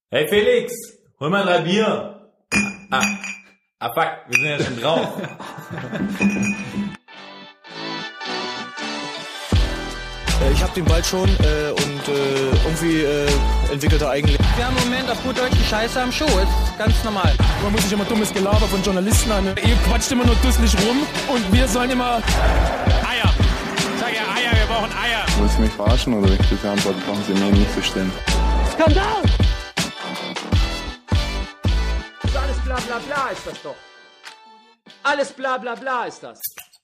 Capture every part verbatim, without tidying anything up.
Hey Felix, hol mal drei Bier. Ah, ah fuck, wir sind ja schon drauf. Ich hab den Ball schon äh, und äh, irgendwie äh, entwickelt er eigentlich. Wir haben im Moment auf gut Deutsch die Scheiße am Show, ist ganz normal. Man muss sich immer dummes Gelaber von Journalisten an. Ihr quatscht immer nur dusselig rum und wir sollen immer Eier. Ich sag ja Eier, wir brauchen Eier. Wollen Sie mich verarschen oder wenn ich das antworte, brauchen Sie mir nicht verstehen. Skandal! Alles bla bla bla ist das doch. Alles bla bla bla ist das.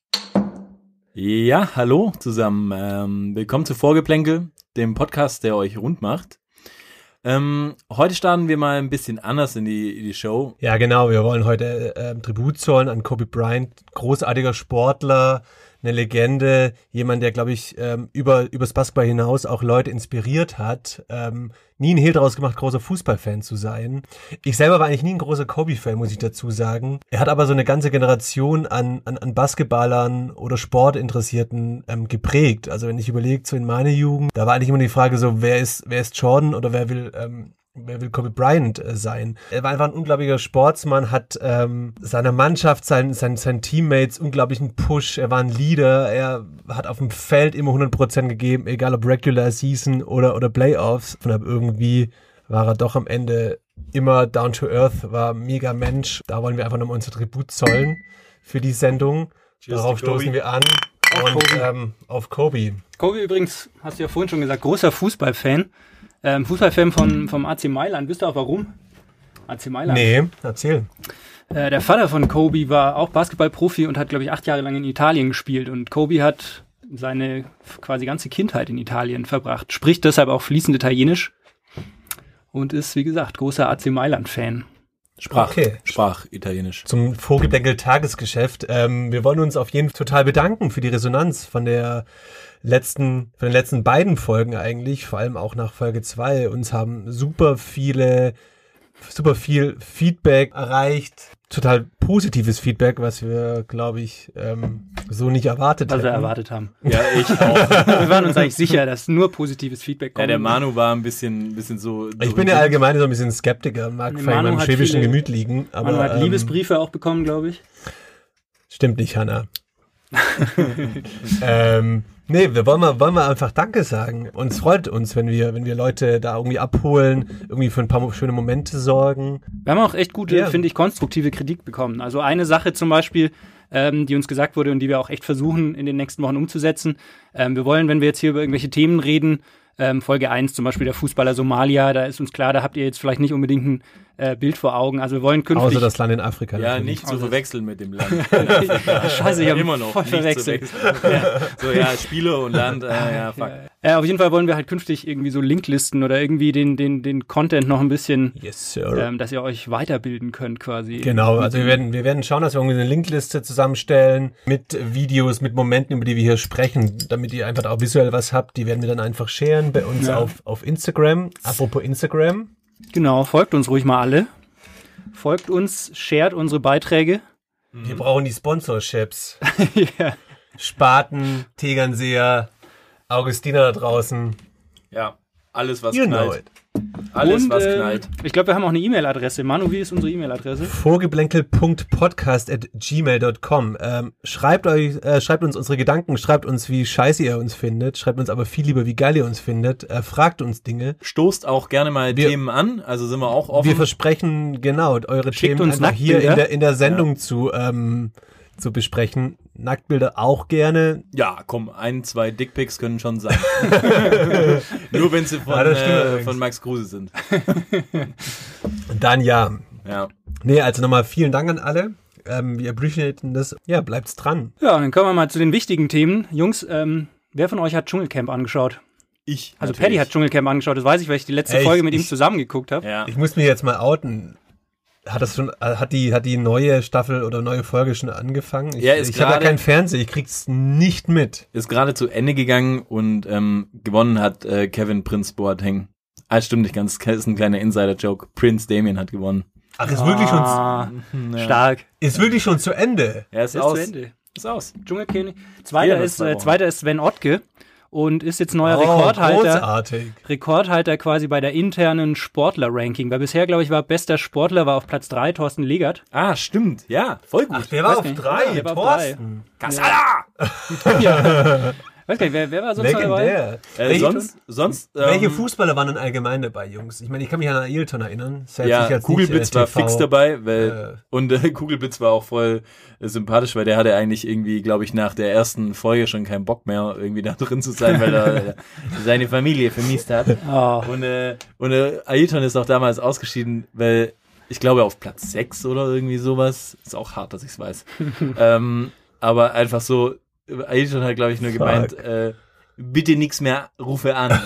Ja, hallo zusammen. Ähm, willkommen zu Vorgeplänkel, dem Podcast, der euch rund macht. Ähm, heute starten wir mal ein bisschen anders in die, in die Show. Ja, genau. Wir wollen heute äh, Tribut zollen an Kobe Bryant, großartiger Sportler, eine Legende, jemand, der, glaube ich, ähm, über übers Basketball hinaus auch Leute inspiriert hat, ähm, nie einen Hehl draus gemacht, großer Fußballfan zu sein. Ich selber war eigentlich nie ein großer Kobe-Fan, muss ich dazu sagen. Er hat aber so eine ganze Generation an an, an Basketballern oder Sportinteressierten ähm, geprägt. Also wenn ich überlege, so in meiner Jugend, da war eigentlich immer die Frage so, wer ist wer ist Jordan oder wer will ähm, Wer will Kobe Bryant äh, sein? Er war einfach ein unglaublicher Sportsmann, hat ähm, seiner Mannschaft, seinen, seinen, seinen Teammates unglaublichen Push. Er war ein Leader. Er hat auf dem Feld immer hundert Prozent gegeben, egal ob Regular Season oder, oder Playoffs. Und irgendwie war er doch am Ende immer down to earth, war mega Mensch. Da wollen wir einfach nochmal unser Tribut zollen für die Sendung. Cheers. Darauf stoßen wir an. Auf und Kobe. Ähm, auf Kobe. Kobe übrigens, hast du ja vorhin schon gesagt, großer Fußballfan. Ähm, Fußballfan von, vom A C Mailand. Wisst ihr auch warum? A C Mailand. Nee, erzähl. Äh, der Vater von Kobe war auch Basketballprofi und hat, glaube ich, acht Jahre lang in Italien gespielt. Und Kobe hat seine quasi ganze Kindheit in Italien verbracht. Spricht deshalb auch fließend Italienisch. Und ist, wie gesagt, großer A C Mailand-Fan. Sprach, Okay. sprach Italienisch. Zum Vorgeplänkel-Tagesgeschäft. Ähm, wir wollen uns auf jeden Fall total bedanken für die Resonanz von der letzten, von den letzten beiden Folgen eigentlich, vor allem auch nach Folge zwei. Uns haben super viele, super viel Feedback erreicht. Total positives Feedback, was wir, glaube ich, ähm, so nicht erwartet Was wir hätten. erwartet haben. Ja, ich auch. Wir waren uns eigentlich sicher, dass nur positives Feedback kommt. Ja, der Manu war ein bisschen, bisschen so... Ich bin ja allgemein so ein bisschen Skeptiker, mag Nee, vielleicht in Manu meinem hat schwäbischen viele- Gemüt liegen. Aber Man hat ähm, Liebesbriefe auch bekommen, glaube ich. Stimmt nicht, Hannah. ähm, nee, wir wollen mal, wollen mal einfach Danke sagen. Uns freut uns, wenn wir, wenn wir Leute da irgendwie abholen, irgendwie für ein paar schöne Momente sorgen. Wir haben auch echt gute, Ja. finde ich, konstruktive Kritik bekommen. Also eine Sache zum Beispiel, ähm, die uns gesagt wurde und die wir auch echt versuchen, in den nächsten Wochen umzusetzen. Ähm, wir wollen, wenn wir jetzt hier über irgendwelche Themen reden, ähm, Folge eins zum Beispiel der Fußballer Somalia, da ist uns klar, da habt ihr jetzt vielleicht nicht unbedingt ein äh, Bild vor Augen. Also wir wollen künftig... Außer das Land in Afrika. Ja, natürlich. nicht zu verwechseln mit dem Land. Scheiße, ich hab immer noch voll nicht zu verwechselt. verwechseln. Ja, so, ja, Spieler und Land, äh, ja, fuck. Äh, auf jeden Fall wollen wir halt künftig irgendwie so Linklisten oder irgendwie den, den, den Content noch ein bisschen, Yes, sir. ähm, dass ihr euch weiterbilden könnt quasi. Genau, also wir werden, wir werden schauen, dass wir irgendwie eine Linkliste zusammenstellen mit Videos, mit Momenten, über die wir hier sprechen, damit ihr einfach auch visuell was habt. Die werden wir dann einfach sharen bei uns Ja. auf, auf Instagram. Apropos Instagram. Genau, folgt uns ruhig mal alle. Folgt uns, shared unsere Beiträge. Wir brauchen die Sponsorships. Ja. Spaten, Tegernseer, Augustiner da draußen. Ja, alles was You know knallt. it. Alles Und, was ähm, knallt. Ich glaube, wir haben auch eine E-Mail-Adresse. Manu, wie ist unsere E-Mail-Adresse? Vorgeblänkel punkt podcast at gmail punkt com. Ähm, schreibt euch, äh, schreibt uns unsere Gedanken, schreibt uns, wie scheiße ihr uns findet, schreibt uns aber viel lieber, wie geil ihr uns findet, äh, fragt uns Dinge. Stoßt auch gerne mal Wir- Themen an, also sind wir auch offen. Wir versprechen, genau, eure Schickt Themen uns einfach hier in Nacktbilder. der, in der Sendung zu, ähm, zu besprechen. Nacktbilder auch gerne. Ja, komm, ein, zwei Dickpics können schon sein. Nur wenn sie von, Ja, das stimmt äh, allerdings. von Max Kruse sind. Dann ja. Ja. Nee, also nochmal vielen Dank an alle. Ähm, wir appreciaten das. Ja, bleibt's dran. Ja, dann kommen wir mal zu den wichtigen Themen. Jungs, ähm, wer von euch hat Dschungelcamp angeschaut? Ich. Also natürlich. Paddy hat Dschungelcamp angeschaut, das weiß ich, weil ich die letzte Ey, ich- Folge mit ihm ich- zusammengeguckt habe. Ja. Ich muss mich jetzt mal outen. Hat das schon, äh, hat die, hat die neue Staffel oder neue Folge schon angefangen? Ich, Ja, ist ich habe ja gerade- keinen Fernseher, ich krieg's nicht mit. Ist gerade zu Ende gegangen und ähm, gewonnen hat äh, Kevin Prince Boateng. Ah, stimmt nicht ganz, das ist ein kleiner Insider-Joke. Prince Damien hat gewonnen. Ach, ist wirklich schon, Ah, Ja. stark. ist wirklich schon zu Ende. Er ist, Ist aus. zu Ende. Ist aus. Dschungelkönig. Zweiter Fehlen noch ist, zwei äh, Wochen. zweiter ist Sven Ottke. und ist jetzt neuer Oh, Rekordhalter. großartig. Rekordhalter quasi bei der internen Sportler-Ranking. Weil bisher, glaube ich, war bester Sportler war auf Platz drei Thorsten Legert. Ah, stimmt. Ja, voll gut. Ach, der war Weiß auf nicht. drei, Ja, der war auf Thorsten. Kasala! Weiß gar nicht, wer, wer war sonst noch dabei? Legendär. Äh, Welche, sonst, sonst, ähm, welche Fußballer waren denn allgemein dabei, Jungs? Ich meine, ich kann mich an Ailton erinnern. Selbst ja, ich als Kugelblitz nicht, äh, war T V, fix dabei, weil, äh, und äh, Kugelblitz war auch voll äh, sympathisch, weil der hatte eigentlich irgendwie, glaube ich, nach der ersten Folge schon keinen Bock mehr, irgendwie da drin zu sein, weil er äh, seine Familie vermisst hat. Oh. Und, äh, und äh, Ailton ist auch damals ausgeschieden, weil ich glaube auf Platz sechs oder irgendwie sowas. Ist auch hart, dass ich es weiß. ähm, aber einfach so, Ailton hat, glaube ich, nur gemeint, äh, bitte nichts mehr, rufe an.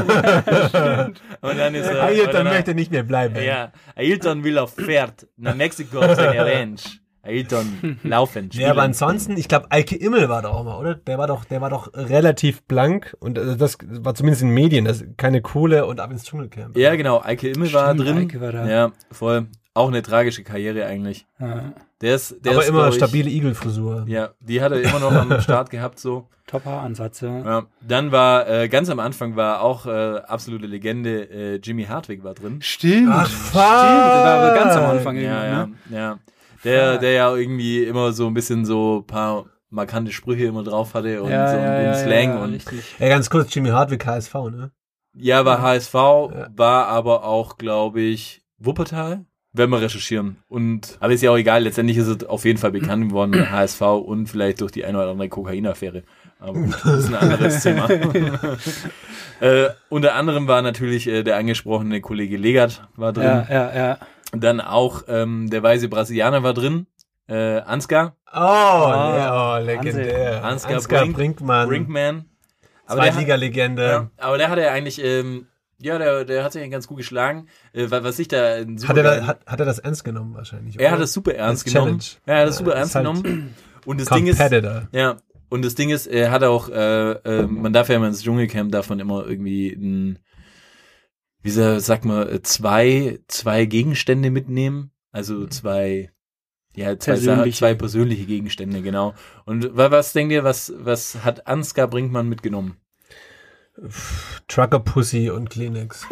Und dann ist er, Ailton und dann- möchte nicht mehr bleiben. ja, Ailton will auf Pferd nach Mexiko auf seine Ranch. Ailton laufen. Ja, aber spielen. ansonsten, ich glaube, Eike Immel war da auch mal, oder? Der war doch, der war doch relativ blank und äh, das war zumindest in Medien, das keine Kohle und ab ins Dschungelcamp. Ja, genau, Eike Immel war Stimmt, drin. Eike war da. Ja, voll. Auch eine tragische Karriere eigentlich. Ja. Der ist, der aber ist, immer glaub ich, stabile Igelfrisur. Ja, die hat er immer noch am Start gehabt, so. Top-Haaransatz, ja. Ja. Dann war, äh, ganz am Anfang war auch äh, absolute Legende, äh, Jimmy Hartwig war drin. Stimmt. Ach, Stimmt, der war aber ganz am Anfang Ja, irgendwann, ja, ne? ja. Der, der ja irgendwie immer so ein bisschen so paar markante Sprüche immer drauf hatte und Ja, so ja, den ja, Slang ja, und richtig. Ja, ganz kurz, Jimmy Hartwig, H S V, ne? ja, war H S V, Ja. war aber auch, glaube ich, Wuppertal. Werden wir recherchieren. Und, aber ist ja auch egal, letztendlich ist es auf jeden Fall bekannt geworden mit H S V und vielleicht durch die eine oder andere Kokainaffäre. Aber gut, das ist ein anderes Thema. äh, unter anderem war natürlich äh, der angesprochene Kollege Legert war drin. Ja, ja, ja. Dann auch ähm, der weise Brasilianer war drin. Äh, Ansgar, Oh, ja, oh Ansgar legendär. Ansgar, Brink- Brinkmann, Brinkman. Aber der, hat, Zweitliga-Legende. ja, aber der hatte eigentlich, ähm, ja, der, der hat sich ganz gut geschlagen. Äh, weil was ich da ein super Hat er, da, geil- hat, hat er das ernst genommen wahrscheinlich? Er oder? hat das super ernst Als genommen. Challenge. Ja, er hat das super Ja, ernst ist halt genommen. Und das Ding ist, Competitor. ja, und das Ding ist, er hat auch, äh, äh, man darf ja immer ins Dschungelcamp, darf man immer irgendwie ein, wie sa- sagt man, äh, zwei, zwei Gegenstände mitnehmen. Also zwei, ja, zwei, Sa- Persönliche. zwei persönliche Gegenstände, genau. Und wa- was denkt ihr, was, was hat Ansgar Brinkmann mitgenommen? Trucker Pussy und Kleenex.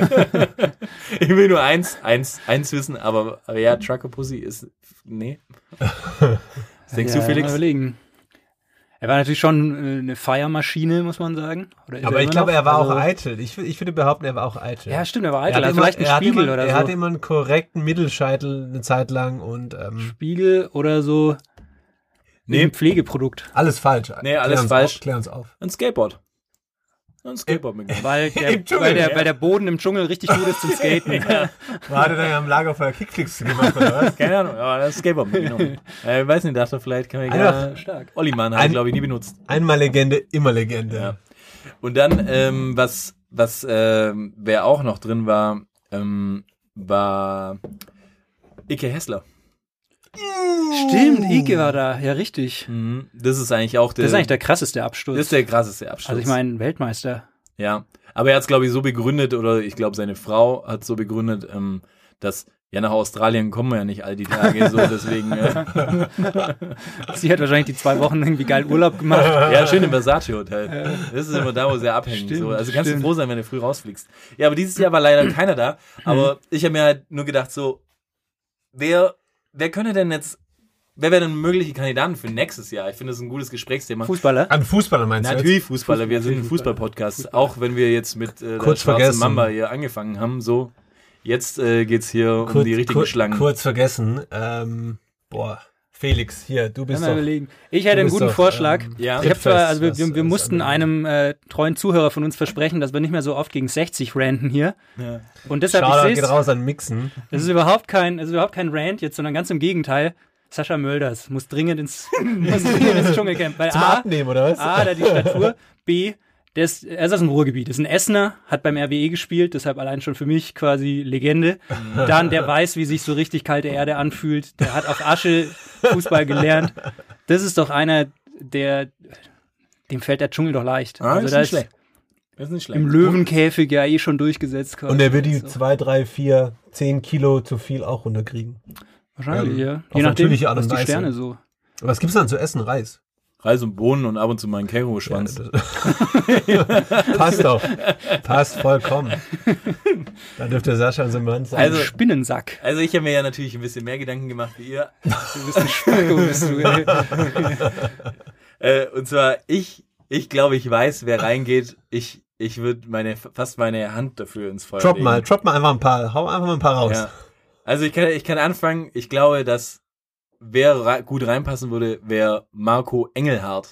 Ich will nur eins, eins, eins wissen, aber, aber ja, Trucker Pussy ist, nee. Was denkst ja, du, Felix? Mal überlegen. Er war natürlich schon äh, eine Feiermaschine, muss man sagen. Oder ist Aber er ich immer glaube, noch? er war Also- auch eitel. Ich, wür- ich würde behaupten, er war auch eitel. Ja, stimmt, er war Er eitel. hatte Also immer- vielleicht ein er hatte Spiegel immer, oder Er so. hatte immer einen korrekten Mittelscheitel eine Zeit lang und ähm, Spiegel oder so. Nee. Ein Pflegeprodukt. alles falsch. Nee, alles klär uns falsch. Auf, klär uns auf. Ein Skateboard. Ein Skateboard mitgenommen. Weil der, Im Dschungel, weil, der, ja. weil der Boden im Dschungel richtig gut ist zum Skaten. ja. War der dann am Lagerfeuer Kickflicks gemacht oder was? Keine Ahnung, aber das Skateboard mitgenommen. äh, ich weiß nicht, dachte vielleicht kann man Einfach ja stark. Olli Mann hat Ein- glaube ich nie benutzt. Einmal Legende, immer Legende. Ja. Und dann ähm, was was ähm, wer auch noch drin war, ähm, war Ike Hessler. Stimmt, Ike war da. Ja, richtig. Mhm. Das ist eigentlich auch der Das ist eigentlich der krasseste Absturz. das ist der krasseste Absturz. also ich meine, Weltmeister. Ja, aber er hat es, glaube ich, so begründet, oder ich glaube, seine Frau hat so begründet, ähm, dass, ja, nach Australien kommen wir ja nicht all die Tage, so, deswegen, äh, Sie hat wahrscheinlich die zwei Wochen irgendwie geil Urlaub gemacht. ja, schön im Versace-Hotel. Das ist immer da, wo sie abhängen. Stimmt, so. Also kannst stimmt. du froh sein, wenn du früh rausfliegst. Ja, aber dieses Jahr war leider keiner da, aber ich habe mir halt nur gedacht, so, wer, wer könnte denn jetzt, wer wäre denn mögliche Kandidaten für nächstes Jahr? Ich finde, das ist ein gutes Gesprächsthema. Fußballer. An Fußballer meinst du jetzt? Natürlich Fußballer, wir sind ein Fußball-Podcast, auch wenn wir jetzt mit äh, der Kurz Schwarzen vergessen. Mamba hier angefangen haben, so. Jetzt äh, geht's hier um Kurz- die richtigen kur- Schlangen. Kurz vergessen. Ähm, boah, Felix, hier, du bist Mal doch... überlegen. Ich hätte du einen bist guten doch, Vorschlag. ähm, Ja. Ich habe zwar, also wir, was- wir, wir was mussten angeht. einem äh, treuen Zuhörer von uns versprechen, dass wir nicht mehr so oft gegen sechzig ranten hier. Ja. Und deshalb, Shoutout ich geht sehe raus an Mixen. es ist überhaupt kein, es ist überhaupt kein Rant jetzt, sondern ganz im Gegenteil. Sascha Mölders muss dringend ins, muss dringend ins Dschungelcamp. Weil Zum A, Abnehmen, oder was? A, da die Statur, B, der ist, er ist aus dem Ruhrgebiet, ist ein Essener, hat beim R W E gespielt, deshalb allein schon für mich quasi Legende. Dann, der weiß, wie sich so richtig kalte Erde anfühlt, der hat auf Asche Fußball gelernt. Das ist doch einer, der, dem fällt der Dschungel doch leicht. Ah, also ist da nicht ist schlecht. Das ist nicht schlecht. im Löwenkäfig ja eh schon durchgesetzt. Quasi. Und er wird die So. zwei, drei, vier, zehn Kilo zu viel auch runterkriegen. Wahrscheinlich, ähm, ja. auf Je nachdem, natürliche Art was und die Weise. Sterne so. Was gibt's dann zu essen? Reis? Reis und Bohnen und ab und zu mal einen Känguru-Schwanz. Ja, passt doch. Passt vollkommen. Da dürfte Sascha unser Mann sein. Also- Spinnensack. Also ich habe mir ja natürlich ein bisschen mehr Gedanken gemacht wie ihr. Du bist ein Spacko, bist du. Ey. Äh, und zwar, ich, ich glaube, ich weiß, wer reingeht. Ich, ich würde meine, fast meine Hand dafür ins Feuer drop legen. mal, drop mal einfach ein paar, hau einfach mal ein paar raus. Ja. Also ich kann, ich kann anfangen. Ich glaube, dass wer ra- gut reinpassen würde, wäre Marco Engelhardt.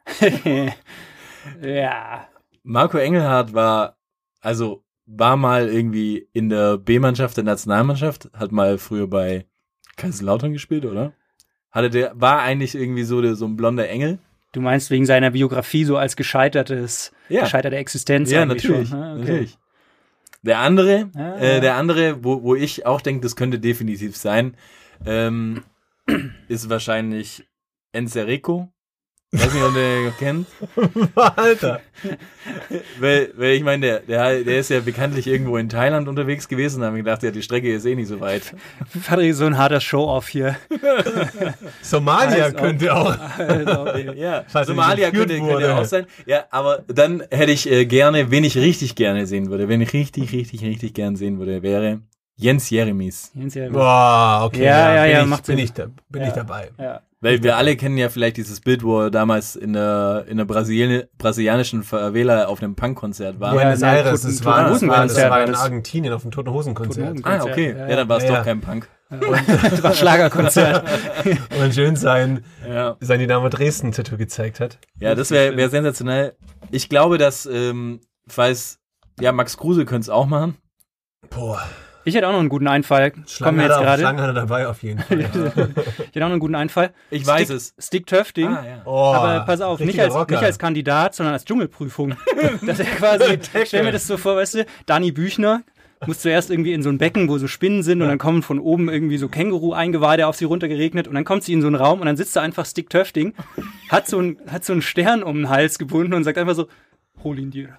Ja. Marco Engelhardt war, also war mal irgendwie in der B-Mannschaft der Nationalmannschaft, hat mal früher bei Kaiserslautern gespielt, oder? Hatte der, war eigentlich irgendwie so, der, so ein blonder Engel. Du meinst wegen seiner Biografie so als gescheitertes, Ja. gescheiterte Existenz Ja, eigentlich natürlich, schon. Ah, okay. natürlich. Der andere, Ah, äh, ja. der andere, wo, wo ich auch denke, das könnte definitiv sein, ähm, ist wahrscheinlich Enzerico. Weiß nicht, ob der noch kennt. Alter. Weil, weil ich meine, der, der, der ist ja bekanntlich irgendwo in Thailand unterwegs gewesen, da haben wir gedacht, ja, die Strecke ist eh nicht so weit. Patrick, so ein harter Show-Off hier. Somalia Als ob- könnte auch. Ja, Falls er Somalia nicht entführt könnte, könnte wurde. auch sein. Ja, aber dann hätte ich äh, gerne, wen ich richtig gerne sehen würde, wen ich richtig, richtig, richtig gern sehen würde, wäre Jens Jeremies. Boah, okay. Ja, ja, bin ja, ich, macht bin Sinn. ich, da, bin ich dabei. Ja. Weil wir alle kennen ja vielleicht dieses Bild, wo er damals in der, in der Brasilien, brasilianischen Favela auf einem Punkkonzert war. Ja, Buenos na, Aires, Toten- das war, das war, das Toten-Hosen-Konzert war war in das. Argentinien auf dem Toten Hosen Konzert. Toten- Ah, okay. Ja, Ja, dann war es ja, doch ja. kein Punk. Das war Schlagerkonzert. Und schön sein, Ja. sein Dynamo Dresden-Tattoo gezeigt hat. Ja, das wäre wär sensationell. Ich glaube, dass, ähm, falls, ja, Max Kruse könnte es auch machen. Boah, Ich hätte auch noch einen guten Einfall. Kommen Schlangen wir hat, jetzt er, gerade. Schlangen hat er dabei auf jeden Fall. Ich hätte auch noch einen guten Einfall. Ich weiß Stick, es. Stick Töfting. Ah, ja. Oh, Aber pass auf, nicht richtiger als, Rocker. nicht als Kandidat, sondern als Dschungelprüfung. Dass er quasi, stell mir das so vor, weißt du, Dani Büchner muss zuerst irgendwie in so ein Becken, wo so Spinnen sind und dann kommen von oben irgendwie so Känguru-Eingeweide auf sie runtergeregnet und dann kommt sie in so einen Raum und dann sitzt da einfach Stick Töfting, hat so, ein, hat so einen Stern um den Hals gebunden und sagt einfach so, hol ihn dir.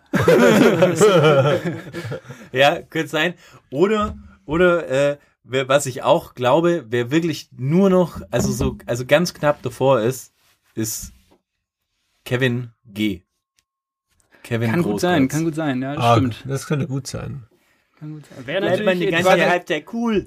Ja, könnte sein. Oder, oder, äh, wer, was ich auch glaube, wer wirklich nur noch, also so, also ganz knapp davor ist, ist Kevin G. Kevin Kann gut Großkreuz. sein, kann gut sein, ja, das Ah, stimmt. das könnte gut sein. Kann gut sein. Wäre natürlich jetzt- Halbzeit cool.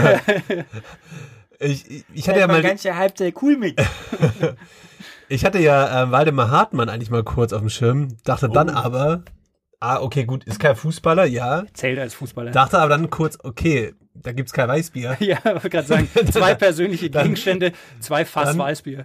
Ich, ich, ich hatte ja mal, Halbzeit cool mit. ich hatte ja äh, Waldemar Hartmann eigentlich mal kurz auf dem Schirm, dachte dann Oh. aber, ah, okay, gut, ist kein Fußballer, ja. Zählt als Fußballer. Dachte aber dann kurz, okay, da gibt's kein Weißbier. Ja, ich wollte gerade sagen, zwei persönliche Gegenstände, zwei Fass dann- Weißbier.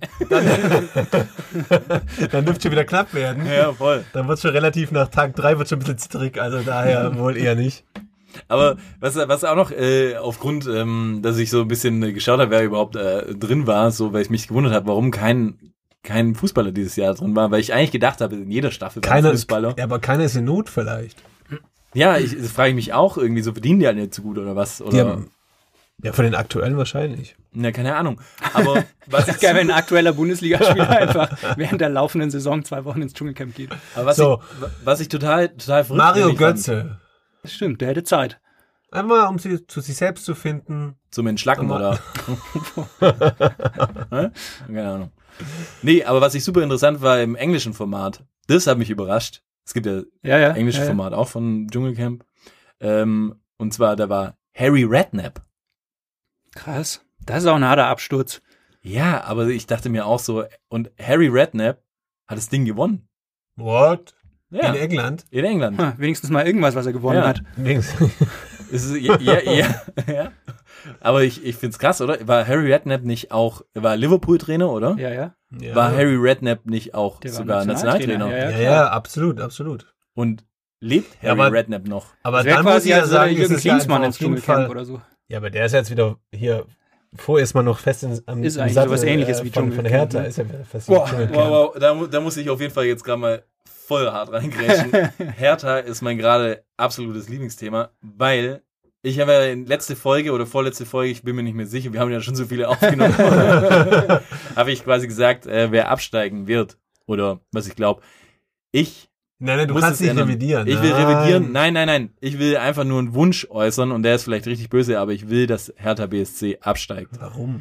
Dann dürfte schon wieder knapp werden. Ja, voll. Dann wird schon relativ nach Tag drei wird schon ein bisschen zittrig, also daher wohl eher nicht. Aber was, was auch noch äh, aufgrund, ähm, dass ich so ein bisschen äh, geschaut habe, wer überhaupt äh, drin war, so weil ich mich gewundert habe, warum kein kein Fußballer dieses Jahr drin war, weil ich eigentlich gedacht habe, in jeder Staffel war ein Keiner ist, Fußballer. ja, aber keiner ist in Not vielleicht. Ja, ich das frage ich mich auch irgendwie, so verdienen die halt nicht so gut oder was? Die Oder haben, ja, von den aktuellen wahrscheinlich. ja, keine Ahnung. Aber was Das ist geil, wenn ein aktueller Bundesligaspieler einfach während der laufenden Saison zwei Wochen ins Dschungelcamp geht. Aber was, So. ich, was ich total, total verrückt Mario nämlich fand, Götze. Das stimmt, der hätte Zeit. Einmal, um sie zu sich selbst zu finden. Zum Entschlacken, Aber- oder? Hä? Keine Ahnung. Nee, aber was ich super interessant war im englischen Format, das hat mich überrascht. Es gibt ja Ja, ja. englische ja, ja. Format auch von Dschungelcamp. Ähm, und zwar, da war Harry Redknapp. Krass. Das ist auch ein harter Absturz. Ja, aber ich dachte mir auch so, und Harry Redknapp hat das Ding gewonnen. What? Ja, In England? in England. Ha, wenigstens mal irgendwas, was er gewonnen Ja. hat. Links. Es ist, ja, ja, ja, ja. Aber ich, ich find's krass, oder? War Harry Redknapp nicht auch, war Liverpool-Trainer, oder? Ja, ja. Ja. War Harry Redknapp nicht auch Der war sogar Nationaltrainer, Nationaltrainer? ja, Ja, klar. ja, absolut, absolut. Und lebt Ja, Harry aber- Redknapp noch? Aber Das wäre dann muss quasi ich ja als sagen, Jürgen es ist ja Klinsmann einfach ins auf jeden Dschungelcamp Fall. oder so. Ja, aber der ist jetzt wieder hier. Vorher ist man noch fest in, am Ist im eigentlich Sattel, sowas Ähnliches äh, wie von, von der Dschungelcamp, Hertha. ne? Ist ja wieder fest im Boah, Dschungelcamp. wow, wow, da, mu- da muss ich auf jeden Fall jetzt gerade mal voll hart reingrätschen. Hertha ist mein gerade absolutes Lieblingsthema, weil ich habe ja in letzte Folge oder vorletzte Folge, ich bin mir nicht mehr sicher, wir haben ja schon so viele aufgenommen, habe ich quasi gesagt, äh, wer absteigen wird oder was ich glaube. Ich Nein, nein, du muss kannst es nicht ändern. revidieren. Ich will Nein. revidieren. Nein, nein, nein. Ich will einfach nur einen Wunsch äußern und der ist vielleicht richtig böse, aber ich will, dass Hertha B S C absteigt. Warum?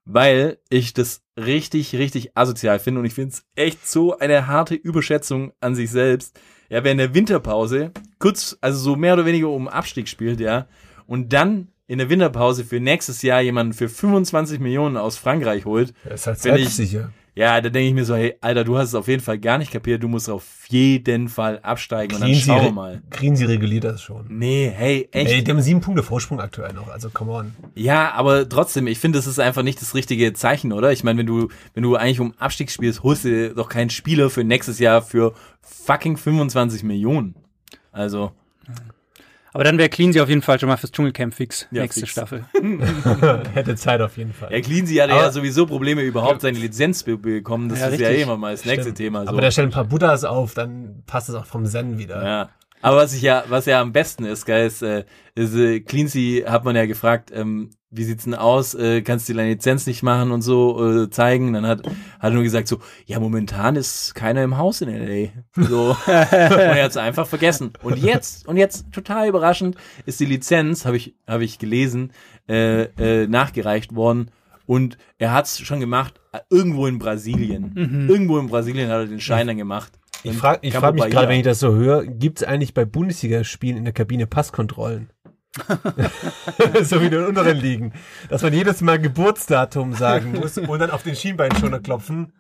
weil ich das richtig, richtig asozial finde und ich finde es echt so eine harte Überschätzung an sich selbst. Ja, wer in der Winterpause kurz, also so mehr oder weniger um Abstieg spielt, ja, und dann in der Winterpause für nächstes Jahr jemanden für fünfundzwanzig Millionen aus Frankreich holt. Das ist halt Wenn ich- selbstsicher. Ja, da denke ich mir so, hey, Alter, du hast es auf jeden Fall gar nicht kapiert, du musst auf jeden Fall absteigen und dann Cleansea schauen wir re- mal. Cleansea reguliert das schon. Nee, hey, echt. Ey, die haben sieben Punkte Vorsprung aktuell noch, also come on. Ja, aber trotzdem, ich finde, das ist einfach nicht das richtige Zeichen, oder? Ich meine, wenn du, wenn du eigentlich um Abstieg spielst, holst du dir doch keinen Spieler für nächstes Jahr für fucking fünfundzwanzig Millionen. Also, Aber dann wäre Cleansea auf jeden Fall schon mal fürs Dschungelcamp fix, Ja, nächste fix. Staffel. Hätte Zeit auf jeden Fall. ja, Cleansea hatte Aber- ja sowieso Probleme, überhaupt seine Lizenz be bekommen. Das Ja, ist ja richtig. eh immer mal das nächste Stimmt. Thema. So. Aber da stellen ein paar Buddhas auf, dann passt es auch vom Zen wieder. Ja. Aber was ich ja, was ja am besten ist, geil, ist, äh, ist äh, Cleansea hat man ja gefragt, ähm, wie sieht's denn aus? Äh, kannst du deine Lizenz nicht machen und so äh, zeigen? Dann hat hat er nur gesagt so, ja, momentan ist keiner im Haus in L A. So, und er hat's einfach vergessen. Und jetzt und jetzt total überraschend ist die Lizenz, habe ich habe ich gelesen, äh, äh, nachgereicht worden. Und er hat's schon gemacht, äh, irgendwo in Brasilien. Mhm. Irgendwo in Brasilien hat er den Schein dann gemacht. Ich frage ich frag mich Campo gerade, Bahia. wenn ich das so höre, gibt es eigentlich bei Bundesligaspielen in der Kabine Passkontrollen? So wie in den unteren Ligen. Dass man jedes Mal Geburtsdatum sagen muss und dann auf den Schienbeinschoner klopfen.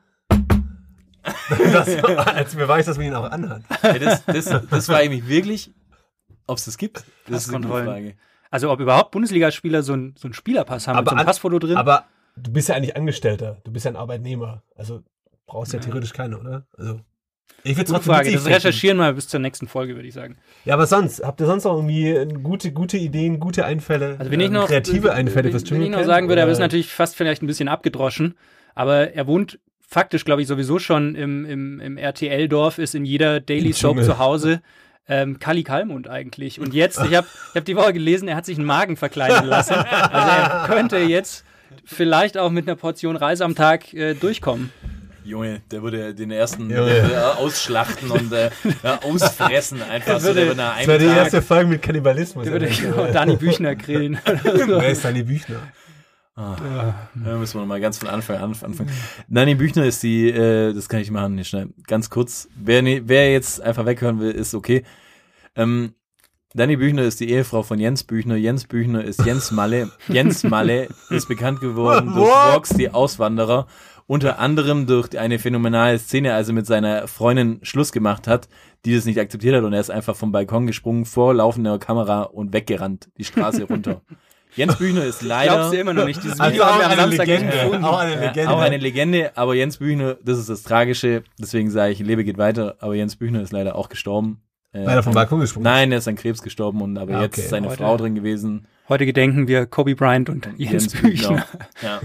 Das, als Beweis, dass man ihn auch anhat. Ja, das, das, das frage ich mich wirklich, ob es das gibt. Das ist eine gute Passkontrollen. Frage. Also ob überhaupt Bundesligaspieler so einen so einen Spielerpass haben mit so einem an- Passfoto drin. aber du bist ja eigentlich Angestellter. Du bist ja ein Arbeitnehmer. Also brauchst ja theoretisch keine, oder? Also ich würde Gute trotzdem Frage. witzig Das finden. recherchieren wir bis zur nächsten Folge, würde ich sagen. Ja, aber sonst, habt ihr sonst noch irgendwie äh, gute, gute Ideen, gute Einfälle, Also wenn ich ähm, noch kreative Einfälle fürs wenn ich noch Dschungelcamp, sagen würde, aber oder? das ist natürlich fast vielleicht ein bisschen abgedroschen, aber er wohnt faktisch, glaube ich, sowieso schon im, im, im R T L-Dorf, ist in jeder Daily Im Soap Dschungel. zu Hause. Ähm, Kali Kalmund eigentlich. Und jetzt, ich habe ich hab die Woche gelesen, er hat sich einen Magen verkleinern lassen. Also er könnte jetzt vielleicht auch mit einer Portion Reis am Tag äh, durchkommen. Junge, der würde den ersten Junge. äh, ausschlachten und äh, ja, ausfressen einfach so. würde- Der würde nach Das war einem die Tag. erste Folge mit Kannibalismus. Der würde Alter. genau Dani Büchner grillen. Wer ist Dani Büchner? Ja, müssen wir nochmal ganz von Anfang an anfangen. Dani Büchner ist die, äh, das kann ich machen, nicht schnell, ganz kurz. Wer, ne, wer jetzt einfach weghören will, ist okay. Ähm, Dani Büchner ist die Ehefrau von Jens Büchner. Jens Büchner ist Jens Malle. Jens Malle ist bekannt geworden durch What? Vox, die Auswanderer. Unter anderem durch eine phänomenale Szene, als er mit seiner Freundin Schluss gemacht hat, die das nicht akzeptiert hat und er ist einfach vom Balkon gesprungen, vor laufender Kamera und weggerannt, die Straße runter. Jens Büchner ist leider... Glaubst du immer noch nicht? Dieses Also Video haben wir auch am eine Samstag Legende. nicht gefunden. Auch eine Ja, Legende. auch eine Legende, aber Jens Büchner, das ist das Tragische, deswegen sage ich, Lebe geht weiter, aber Jens Büchner ist leider auch gestorben. Äh, Weil er vom Balkon gesprungen ist. Nein, er ist an Krebs gestorben und aber Ah, jetzt okay. ist seine Heute- Frau drin gewesen. Heute gedenken wir Kobe Bryant und Jens, Büchner. Ja.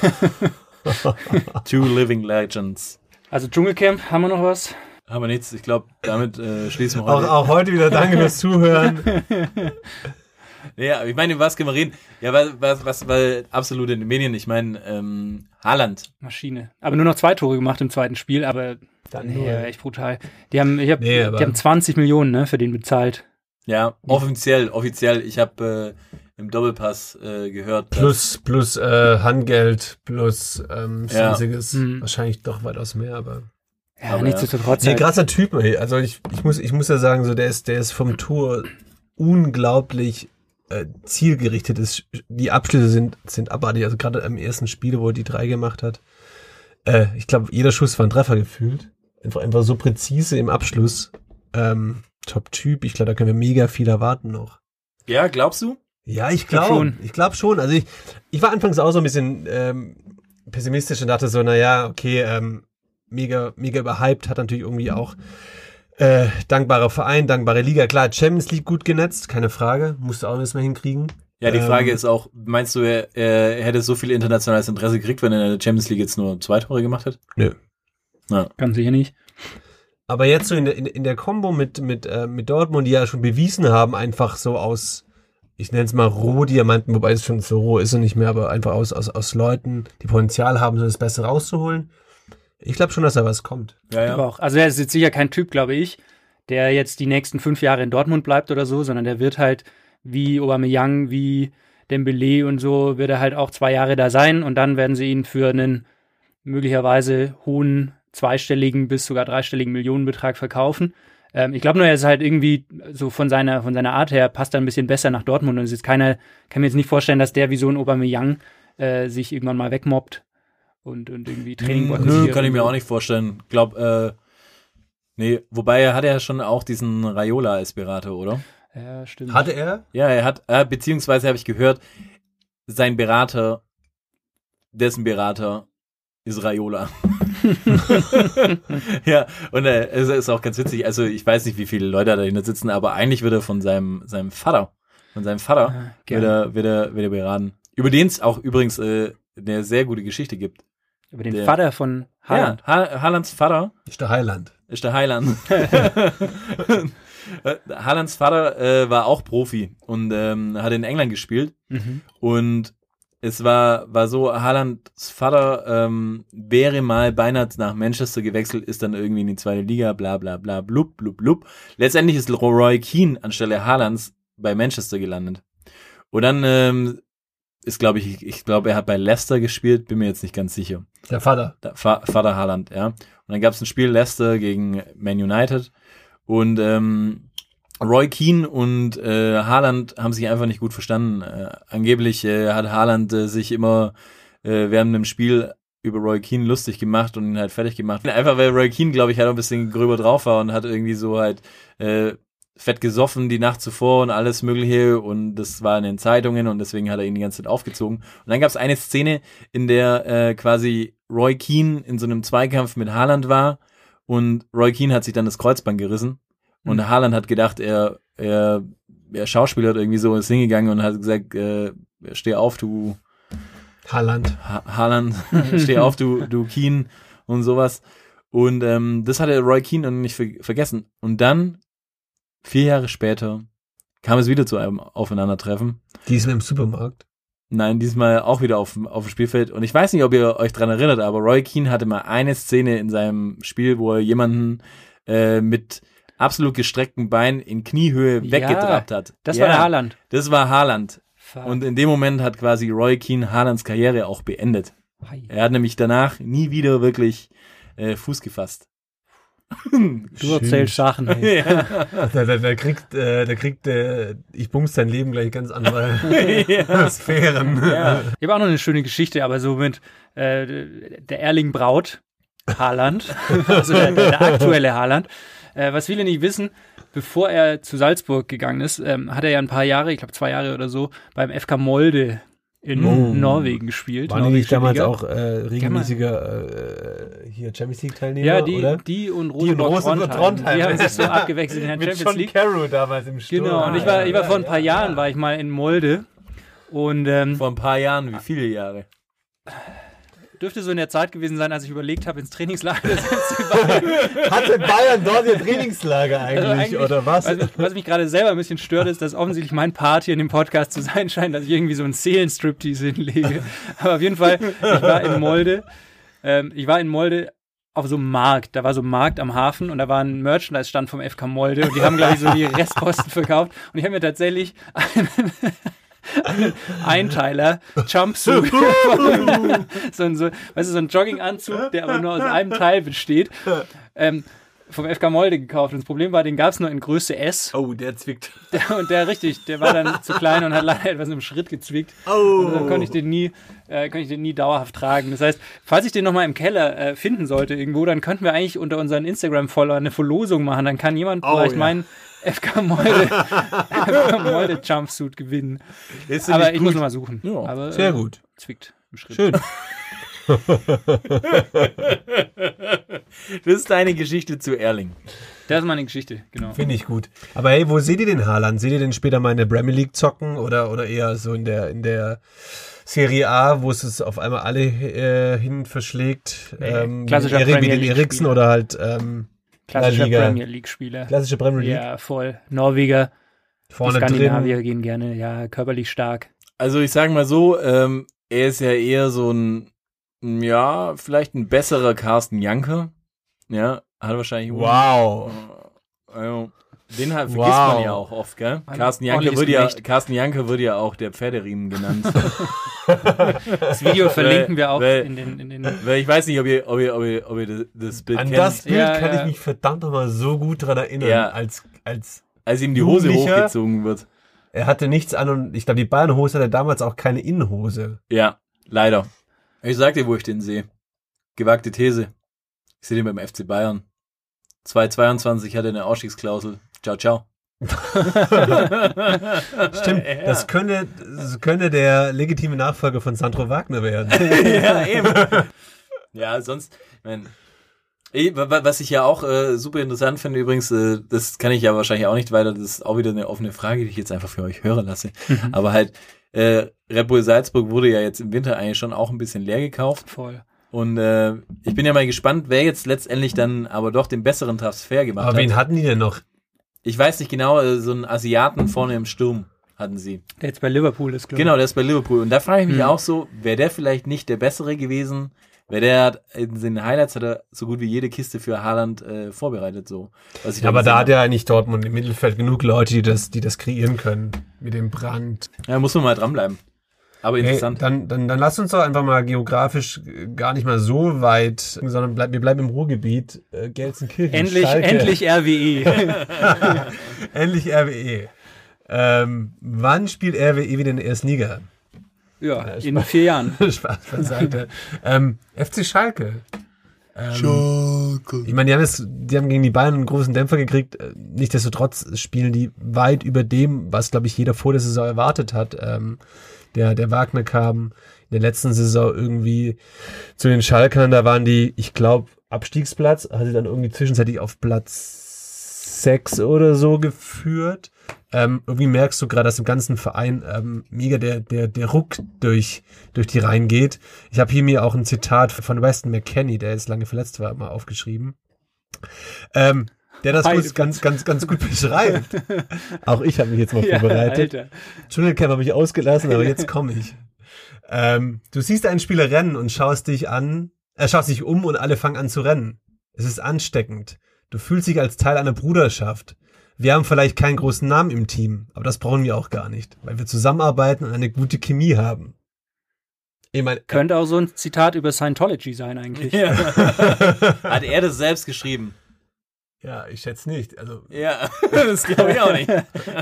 Two living legends. Also Dschungelcamp, haben wir noch was? Aber nichts, ich glaube, damit äh, schließen wir Auch, heute. auch heute wieder danke fürs Zuhören. Ja, ich meine, was können wir reden? Ja, was, was, was, weil absolut in den Medien, ich meine, ähm, Haaland. Maschine. Aber nur noch zwei Tore gemacht im zweiten Spiel, aber Dann nee, nur. echt brutal. Die haben, ich hab, Nee, aber- die haben zwanzig Millionen ne, für den bezahlt. Ja, offiziell, offiziell. Ich habe äh, im Doppelpass äh, gehört, dass- Plus, plus äh, Handgeld, plus ähm, Ja. sonstiges. Mhm. Wahrscheinlich doch weitaus mehr, aber. Ja, Aber nichtsdestotrotz. Nee, halt. krasser Typ, ey. Also ich, ich, muss, ich muss ja sagen, so der ist, der ist vom Tor unglaublich äh, zielgerichtet ist. Die Abschlüsse sind, sind abartig. Also gerade im ersten Spiel, wo er die drei gemacht hat. Äh, ich glaube, jeder Schuss war ein Treffer gefühlt. Einfach, einfach so präzise im Abschluss. Ähm, Top-Typ. Ich glaube, da können wir mega viel erwarten noch. Ja, glaubst du? Ja, ich glaub glaube schon. Ich glaube schon. Also ich, ich war anfangs auch so ein bisschen ähm, pessimistisch und dachte so, naja, okay, ähm, mega, mega überhyped, hat natürlich irgendwie auch äh, dankbarer Verein, dankbare Liga. Klar, Champions League gut genetzt, keine Frage. Musste auch nicht mehr hinkriegen. Ja, die Frage Ähm, ist auch, meinst du, er, er hätte so viel internationales Interesse gekriegt, wenn er in der Champions League jetzt nur zwei Tore gemacht hat? Nö. Ja. Ganz sicher nicht. Aber jetzt so in der, in, in der Kombo mit, mit, äh, mit Dortmund, die ja schon bewiesen haben, einfach so aus, ich nenne es mal Rohdiamanten, wobei es schon so roh ist und nicht mehr, aber einfach aus, aus, aus Leuten, die Potenzial haben, so das Beste rauszuholen. Ich glaube schon, dass da was kommt. Ja, Aber ja. auch. Also er ist jetzt sicher kein Typ, glaube ich, der jetzt die nächsten fünf Jahre in Dortmund bleibt oder so, sondern der wird halt wie Aubameyang, wie Dembélé und so wird er halt auch zwei Jahre da sein und dann werden sie ihn für einen möglicherweise hohen zweistelligen bis sogar dreistelligen Millionenbetrag verkaufen. Ähm, ich glaube nur, er ist halt irgendwie so von seiner von seiner Art her passt er ein bisschen besser nach Dortmund und es ist keiner, kann mir jetzt nicht vorstellen, dass der wie so ein Aubameyang äh, sich irgendwann mal wegmobbt und, und irgendwie Training Nö, kann ich mir auch nicht vorstellen. Glaub, äh, nee, wobei er hat ja schon auch diesen Raiola als Berater, oder? Ja, stimmt. Hatte er? Ja, er hat, äh, beziehungsweise habe ich gehört, sein Berater, dessen Berater ist Raiola. Ja, und äh, es ist auch ganz witzig, also ich weiß nicht, wie viele Leute da dahinter sitzen, aber eigentlich wird er von seinem, seinem Vater, von seinem Vater Ah, wird, er, wird, er, wird er beraten. Über den es auch übrigens äh, eine sehr gute Geschichte gibt. Über den der- Vater von Haaland. Ja, ha- Haalands Vater Ist der Heiland. ist der Heiland. Haalands Vater äh, war auch Profi und ähm, hat in England gespielt. Mhm. Und es war, war so, Haalands Vater ähm, wäre mal beinahe nach Manchester gewechselt, ist dann irgendwie in die zweite Liga, bla bla bla, blub, blub, blub. Letztendlich ist Roy Keane anstelle Haalands bei Manchester gelandet. Und dann ähm, ist, glaube ich, ich glaube, er hat bei Leicester gespielt, bin mir jetzt nicht ganz sicher. Der Vater. Der Fa- Vater Haaland, ja. Und dann gab es ein Spiel Leicester gegen Man United und ähm, Roy Keane und äh, Haaland haben sich einfach nicht gut verstanden. Äh, angeblich äh, hat Haaland äh, sich immer äh, während dem Spiel über Roy Keane lustig gemacht und ihn halt fertig gemacht. Einfach weil Roy Keane, glaube ich, halt auch ein bisschen gröber drauf war und hat irgendwie so halt äh, fett gesoffen die Nacht zuvor und alles mögliche und das war in den Zeitungen und deswegen hat er ihn die ganze Zeit aufgezogen. Und dann gab es eine Szene, in der äh, quasi Roy Keane in so einem Zweikampf mit Haaland war und Roy Keane hat sich dann das Kreuzband gerissen und mhm. Haaland hat gedacht, er, er, er schauspielert irgendwie so, ist hingegangen und hat gesagt, äh, steh auf, du Haaland. ha- Haaland, steh auf, du, du Keane und sowas. Und ähm, das hatte Roy Keane noch nicht ver- vergessen. Und dann vier Jahre später kam es wieder zu einem Aufeinandertreffen. Diesmal im Supermarkt. Nein, diesmal auch wieder auf, auf dem Spielfeld. Und ich weiß nicht, ob ihr euch dran erinnert, aber Roy Keane hatte mal eine Szene in seinem Spiel, wo er jemanden äh, mit absolut gestreckten Beinen in Kniehöhe Ja, weggetrabt hat. Das Ja, war der Haaland. Das war Haaland. Fuck. Und in dem Moment hat quasi Roy Keane Haalands Karriere auch beendet. Hi. Er hat nämlich danach nie wieder wirklich äh, Fuß gefasst. Du erzählst Sachen. Ey. Ja. Da, da, da kriegt, äh, da kriegt äh, ich bums sein Leben gleich ganz andere Sphären. Ja. Ich habe auch noch eine schöne Geschichte, aber so mit äh, der Erling Braut, Haaland, also der, der, der aktuelle Haaland. Äh, was viele nicht wissen, bevor er zu Salzburg gegangen ist, ähm, hat er ja ein paar Jahre, ich glaube zwei Jahre oder so, beim F K Molde in Oh. Norwegen gespielt. War nicht Norwegische damals Liga. auch äh, regelmäßiger äh, hier Champions League Teilnehmer, Ja, die, oder? die und Die und Rosenborg Rosenborg Trondheim. Trondheim. Die haben sich so abgewechselt in der Mit Champions John League. Carew damals im Sturm. Genau, und ich war, ich war vor ein paar Jahren, war ich mal in Molde und ähm, Vor ein paar Jahren, wie viele Jahre? dürfte so in der Zeit gewesen sein, als ich überlegt habe, ins Trainingslager des F C Bayern. Hatte Bayern dort ihr Trainingslager eigentlich, Also eigentlich, oder was? Was mich, was mich gerade selber ein bisschen stört, ist, dass offensichtlich mein Part hier in dem Podcast zu sein scheint, dass ich irgendwie so einen Seelenstriptease hinlege. Aber auf jeden Fall, ich war in Molde. Ähm, ich war in Molde auf so einem Markt. Da war so ein Markt am Hafen und da war ein Merchandise-Stand vom F K Molde und die haben, glaube ich, so die Restposten verkauft. Und ich habe mir tatsächlich einen, einen Einteiler Jumpsuit so ein, so, weißt du, so ein Jogginganzug, der aber nur aus einem Teil besteht, ähm, vom F K Molde gekauft. Und das Problem war, den gab es nur in Größe S. Oh, der zwickt. Der, und der richtig, der war dann zu klein und hat leider etwas im Schritt gezwickt. Oh. Und dann konnte ich den nie, äh, konnte ich den nie dauerhaft tragen. Das heißt, falls ich den nochmal im Keller äh, finden sollte irgendwo, dann könnten wir eigentlich unter unseren Instagram-Followern eine Verlosung machen. Dann kann jemand Oh, vielleicht ja. meinen F K Molde, F K Molde Jumpsuit gewinnen. Ist ja Aber nicht ich gut. muss nochmal suchen. Ja, Aber, sehr äh, gut. Zwickt im Schritt. Schön. Das ist deine Geschichte zu Erling. Das ist meine Geschichte, genau. Finde ich gut. Aber hey, wo seht ihr den Haaland? Seht ihr den später mal in der Premier League zocken oder, oder eher so in der, in der Serie A, wo es es auf einmal alle äh, hin verschlägt? Nee, ähm, klassischer Erik, wie Premier den League Eriksen Spieler. oder halt ähm, Klassischer La Liga. Premier League-Spieler. Klassische Premier League. Ja, voll. Norweger, Vorne die Skandinavier drin. gehen gerne, ja, körperlich stark. Also ich sage mal so, ähm, er ist ja eher so ein, ja, vielleicht ein besserer Carsten Janker. Ja, hat wahrscheinlich... Wow. Also, Den halt, vergisst Wow. man ja auch oft, gell? Ein Carsten Janke, ordentliches wird ja, Gewicht. Carsten Janke wird ja auch der Pferderiemen genannt. Das Video verlinken wir auch weil- in den, in den Weil ich weiß nicht, ob ihr, ob ihr, ob ihr, ob ihr das- das Bild An kennt. das Bild Ja, kann ja. ich mich verdammt nochmal so gut dran erinnern, Ja. als, als Als ihm die Hose Jugendlicher. hochgezogen wird. er hatte nichts an und ich glaube, die Bayern-Hose hatte damals auch keine Innenhose. Ja, leider. Ich sag dir, wo ich den sehe. Gewagte These. Ich sehe den beim F C Bayern. zweitausendzweiundzwanzig hat er eine Ausstiegsklausel. Ciao, ciao. Stimmt, Ja. das könnte, das könnte der legitime Nachfolger von Sandro Wagner werden. Ja, eben. Ja, sonst, ich mein, eh, wa- wa- was ich ja auch äh, super interessant finde übrigens, äh, das kann ich ja wahrscheinlich auch nicht weiter, das ist auch wieder eine offene Frage, die ich jetzt einfach für euch hören lasse. Aber halt, äh, Red Bull Salzburg wurde ja jetzt im Winter eigentlich schon auch ein bisschen leer gekauft. voll. Und äh, ich bin ja mal gespannt, wer jetzt letztendlich dann aber doch den besseren Transfer gemacht Aber wen hat. hatten die denn noch? Ich weiß nicht genau, äh, so einen Asiaten vorne im Sturm hatten sie. Der jetzt bei Liverpool ist, glaube ich. Genau, der ist bei Liverpool. Und da frage ich mich Mhm. auch so, wäre der vielleicht nicht der Bessere gewesen? Weil der hat, in den Highlights hat er so gut wie jede Kiste für Haaland äh, vorbereitet. So. Was ich Ja, aber gesehen da hab. hat ja eigentlich Dortmund im Mittelfeld genug Leute, die das, die das kreieren können. Mit dem Brand. Ja, muss man mal dranbleiben. Aber Hey, interessant. dann, dann, dann lass uns doch einfach mal geografisch äh, gar nicht mal so weit, sondern bleib, wir bleiben im Ruhrgebiet. Äh, Gelsenkirchen. Endlich, Schalke. endlich R W E. Endlich R W E. Ähm, wann spielt R W E wieder in der ersten Liga? Ja, in vier Jahren. Spaß beiseite. ähm, F C Schalke. Ähm, Ich meine, die haben jetzt, die haben gegen die Bayern einen großen Dämpfer gekriegt. Äh, Nichtsdestotrotz spielen die weit über dem, was, glaube ich, jeder vor der Saison erwartet hat. Ähm, der, der Wagner kam in der letzten Saison irgendwie zu den Schalkern. Da waren die, ich glaube, Abstiegsplatz, hat sie dann irgendwie zwischenzeitlich auf Platz sechs oder so geführt. Ähm, irgendwie merkst du gerade, dass im ganzen Verein ähm, mega der, der, der Ruck durch, durch die Reihen geht. Ich habe hier mir auch ein Zitat von Weston McKennie, der jetzt lange verletzt war, mal aufgeschrieben. Ähm, der das Heide. gut, ganz, ganz, ganz gut beschreibt. Auch ich habe mich jetzt mal vorbereitet. Alter. Dschungelcamp habe ich ausgelassen, aber jetzt komme ich. Ähm, du siehst einen Spieler rennen und schaust dich an, er schaut sich um und alle fangen an zu rennen. Es ist ansteckend. Du fühlst dich als Teil einer Bruderschaft. Wir haben vielleicht keinen großen Namen im Team, aber das brauchen wir auch gar nicht, weil wir zusammenarbeiten und eine gute Chemie haben. Ich meine, Könnte auch so ein Zitat über Scientology sein eigentlich. Ja. Hat er das selbst geschrieben? ja, ich schätze nicht. Also Ja, das glaube ich auch nicht.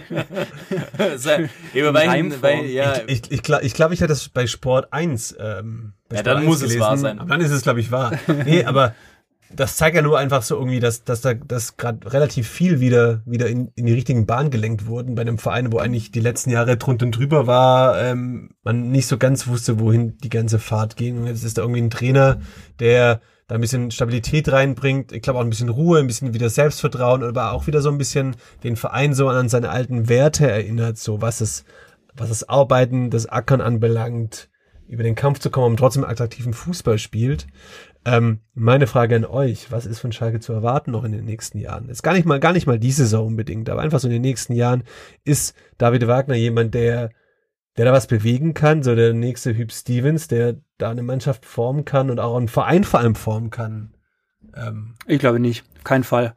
Sei- Eben, weil, Reimform. weil, ja, ich, ich, ich glaube, ich, glaub, ich hatte das bei Sport eins. Ähm, bei Ja, Sport dann eins muss es wahr sein. Aber dann ist es, glaube ich, wahr. Nee, aber das zeigt ja nur einfach so irgendwie, dass, dass da dass gerade relativ viel wieder, wieder in, in die richtigen Bahn gelenkt wurden bei einem Verein, wo eigentlich die letzten Jahre drunter und drüber war, ähm, man nicht so ganz wusste, wohin die ganze Fahrt ging. Und jetzt ist da irgendwie ein Trainer, der da ein bisschen Stabilität reinbringt, ich glaube auch ein bisschen Ruhe, ein bisschen wieder Selbstvertrauen, aber auch wieder so ein bisschen den Verein so an seine alten Werte erinnert, so was es, was das Arbeiten, das Ackern anbelangt, über den Kampf zu kommen und trotzdem attraktiven Fußball spielt. Ähm, meine Frage an euch, was ist von Schalke zu erwarten noch in den nächsten Jahren? Jetzt gar nicht mal, gar nicht mal diese Saison unbedingt, aber einfach so in den nächsten Jahren ist David Wagner jemand, der, der da was bewegen kann, so der nächste Hüb Stevens, der da eine Mannschaft formen kann und auch einen Verein vor allem formen kann. Ähm, Ich glaube nicht. Kein Fall.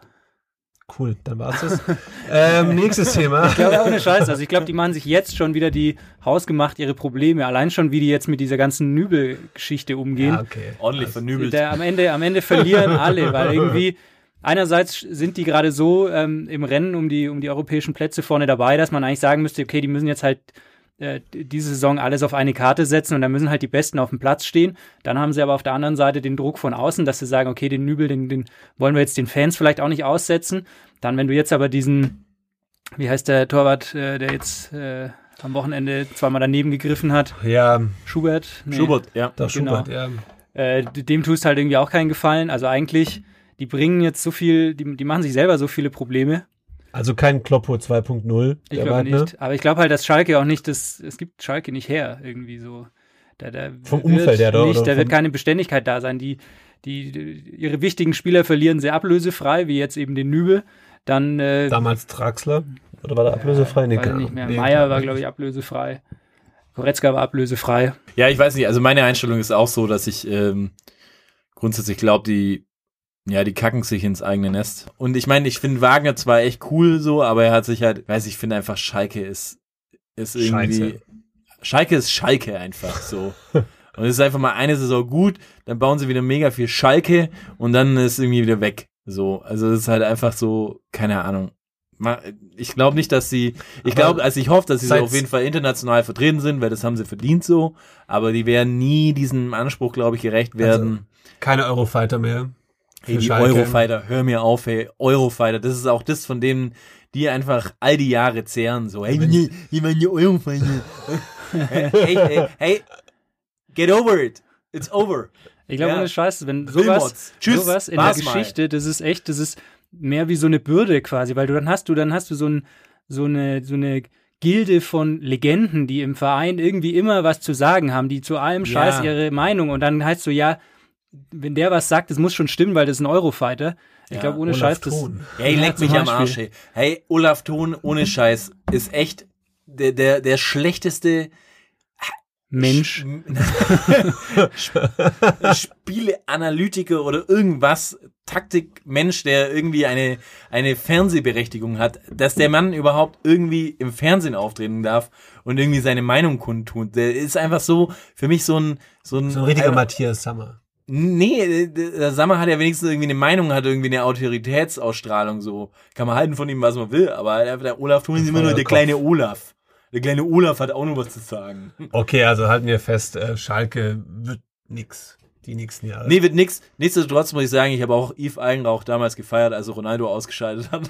cool, dann war's das. ähm, nächstes Thema. Ich glaube, ohne Scheiß. Also ich glaube, die machen sich jetzt schon wieder die hausgemacht ihre Probleme. Allein schon, wie die jetzt mit dieser ganzen Nübel-Geschichte umgehen. Ja, okay. ordentlich vernübelt. Der, am Ende, am Ende verlieren alle, weil irgendwie einerseits sind die gerade so ähm, im Rennen um die, um die europäischen Plätze vorne dabei, dass man eigentlich sagen müsste, okay, die müssen jetzt halt äh, diese Saison alles auf eine Karte setzen und da müssen halt die Besten auf dem Platz stehen. Dann haben sie aber auf der anderen Seite den Druck von außen, dass sie sagen, okay, den Nübel, den, den wollen wir jetzt den Fans vielleicht auch nicht aussetzen. Dann, wenn du jetzt aber diesen, wie heißt der Torwart, äh, der jetzt äh, am Wochenende zweimal daneben gegriffen hat, Ja, Schubert? Nee. Schubert, ja. doch Genau. Schubert, ja. Äh, dem tust halt irgendwie auch keinen Gefallen. Also eigentlich, die bringen jetzt so viel, die, die machen sich selber so viele Probleme. Also kein Kloppo zwei Punkt null. Ich der glaube Wagner. nicht. Aber ich glaube halt, dass Schalke auch nicht, das, es gibt Schalke nicht her, irgendwie so. Da, da Vom wird Umfeld her, oder? nicht, Oder da wird vom- keine Beständigkeit da sein. Die, die, die, ihre wichtigen Spieler verlieren sie ablösefrei, wie jetzt eben den Nübel. Dann, äh, Damals Draxler. Oder war der ablösefrei? Nee, weiß ich keine nicht mehr. Ahnung. Nee, Meier war, nicht. glaube ich, ablösefrei. Goretzka war ablösefrei. Ja, ich weiß nicht, also meine Einstellung ist auch so, dass ich ähm, grundsätzlich glaube, die Ja, die kacken sich ins eigene Nest. Und ich meine, ich finde Wagner zwar echt cool so, aber er hat sich halt, weiß ich, finde einfach Schalke ist, ist irgendwie, Scheiße. Schalke ist Schalke einfach so. Und es ist einfach mal eine Saison gut, dann bauen sie wieder mega viel Schalke und dann ist irgendwie wieder weg. So, also es ist halt einfach so, keine Ahnung. Ich glaube nicht, dass sie, ich glaube, also ich hoffe, dass sie so auf jeden Fall international vertreten sind, weil das haben sie verdient so, aber die werden nie diesem Anspruch, glaube ich, gerecht werden. Also, keine Eurofighter mehr. Hey, die Eurofighter, hör mir auf, hey, Eurofighter, das ist auch das, von denen die einfach all die Jahre zehren, so, hey, die, die waren die Eurofighter. hey, hey, hey, get over it, it's over. Ich glaube, Ja. ohne Scheiß, wenn sowas, Tschüss, sowas in der war's mal. Geschichte, das ist echt, das ist mehr wie so eine Bürde quasi, weil du dann hast du, dann hast du so, ein, so eine, so eine Gilde von Legenden, die im Verein irgendwie immer was zu sagen haben, die zu allem Scheiß Ja. ihre Meinung und dann heißt so, ja, wenn der was sagt, das muss schon stimmen, weil das ist ein Eurofighter. Ich Ja, glaube, ohne Olaf Scheiß, das, Thon. Hey, Ja, leck zum mich am Beispiel. Arsch, ey. Hey, Olaf Thon, ohne Scheiß, ist echt der, der, der schlechteste Mensch. Spieleanalytiker oder irgendwas, Taktikmensch, der irgendwie eine, eine Fernsehberechtigung hat, dass der Mann überhaupt irgendwie im Fernsehen auftreten darf und irgendwie seine Meinung kundtut. Der ist einfach so, für mich so ein, so ein, So ein richtiger einfach- Matthias Sammer. Nee, der Sammer hat ja wenigstens irgendwie eine Meinung, hat irgendwie eine Autoritätsausstrahlung, so. Kann man halten von ihm, was man will, aber einfach der Olaf Thon ist immer nur der kleine Olaf. Der kleine Olaf hat auch noch was zu sagen. Okay, also halten wir fest, äh, Schalke wird nix. Die nächsten Jahre. Nee, wird nix. Nichtsdestotrotz muss ich sagen, ich habe auch Yves Eigenrauch damals gefeiert, als er Ronaldo ausgeschaltet hat.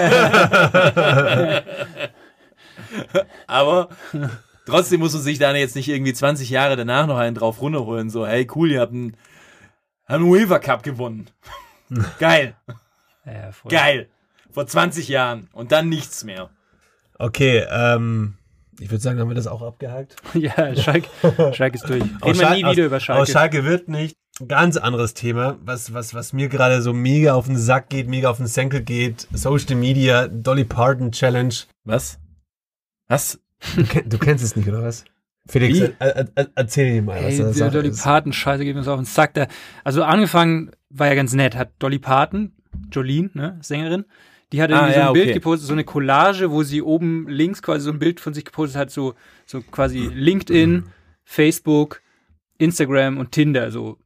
Aber trotzdem muss man sich da jetzt nicht irgendwie zwanzig Jahre danach noch einen drauf runterholen, so, hey, cool, ihr habt einen, haben einen UEFA Cup gewonnen. Geil, Ja, voll. geil. Vor zwanzig Jahren und dann nichts mehr. Okay, ähm, ich würde sagen, haben wir das auch abgehakt. Ja, Schalke, Schalke ist durch. Reden Aus wir Schal- nie aus, wieder über Schalke. Aus Schalke wird nicht. Ganz anderes Thema, was, was, was mir gerade so mega auf den Sack geht, mega auf den Senkel geht. Social Media, Dolly Parton Challenge. Was? Was? Du, kenn, du kennst es nicht, oder was? Felix, Wie? er, er, erzähl dir mal, was Ey, da der Sache Dolly ist. Parton, scheiße, geht mir so auf den Sack. Da, also angefangen war ja ganz nett, hat Dolly Parton, Jolene, ne, Sängerin, die hat irgendwie Ah, so ein ja, Bild okay. gepostet, so eine Collage, wo sie oben links quasi so ein Bild von sich gepostet hat, so, so quasi LinkedIn, Facebook, Instagram und Tinder, so.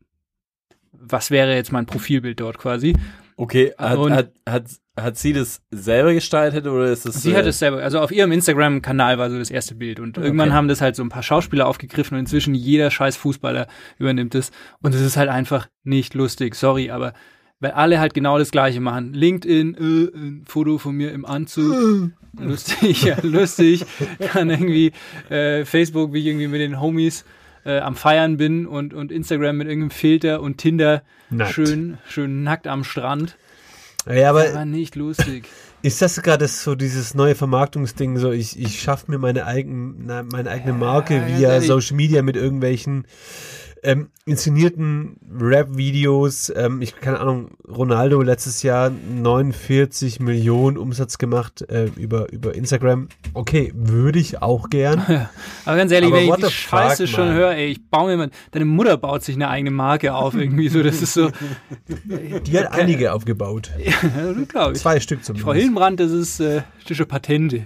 Was wäre jetzt mein Profilbild dort quasi? Okay, hat, Und- hat, hat, hat sie das selber gestaltet oder ist das... Sie äh, hat es selber, also auf ihrem Instagram-Kanal war so das erste Bild und irgendwann haben das halt so ein paar Schauspieler aufgegriffen und inzwischen jeder scheiß Fußballer übernimmt es und es ist halt einfach nicht lustig, sorry, aber weil alle halt genau das Gleiche machen. LinkedIn, äh, ein Foto von mir im Anzug, lustig, ja, lustig. Dann irgendwie äh, Facebook, wie ich irgendwie mit den Homies äh, am Feiern bin und, und Instagram mit irgendeinem Filter und Tinder Nackt. schön, schön nackt am Strand. Ja, Aber aber nicht lustig. ist das gerade so dieses neue Vermarktungsding, so ich, ich schaffe mir meine, eigen, na, meine eigene Marke Ja, via ehrlich. Social Media mit irgendwelchen ähm, inszenierten Rap-Videos. Ähm, ich keine Ahnung, Ronaldo letztes Jahr neunundvierzig Millionen Umsatz gemacht äh, über, über Instagram. Okay, würde ich auch gern. Aber ganz ehrlich, Aber wenn ich what die the Scheiße fuck, schon man. höre, ey, ich baue mir mal, deine Mutter baut sich eine eigene Marke auf irgendwie so, das ist so, Die hat einige aufgebaut. ja, glaube ich. Zwei Stück Frau zumindest. Hildenbrand, das ist, äh, das ist schon Patente.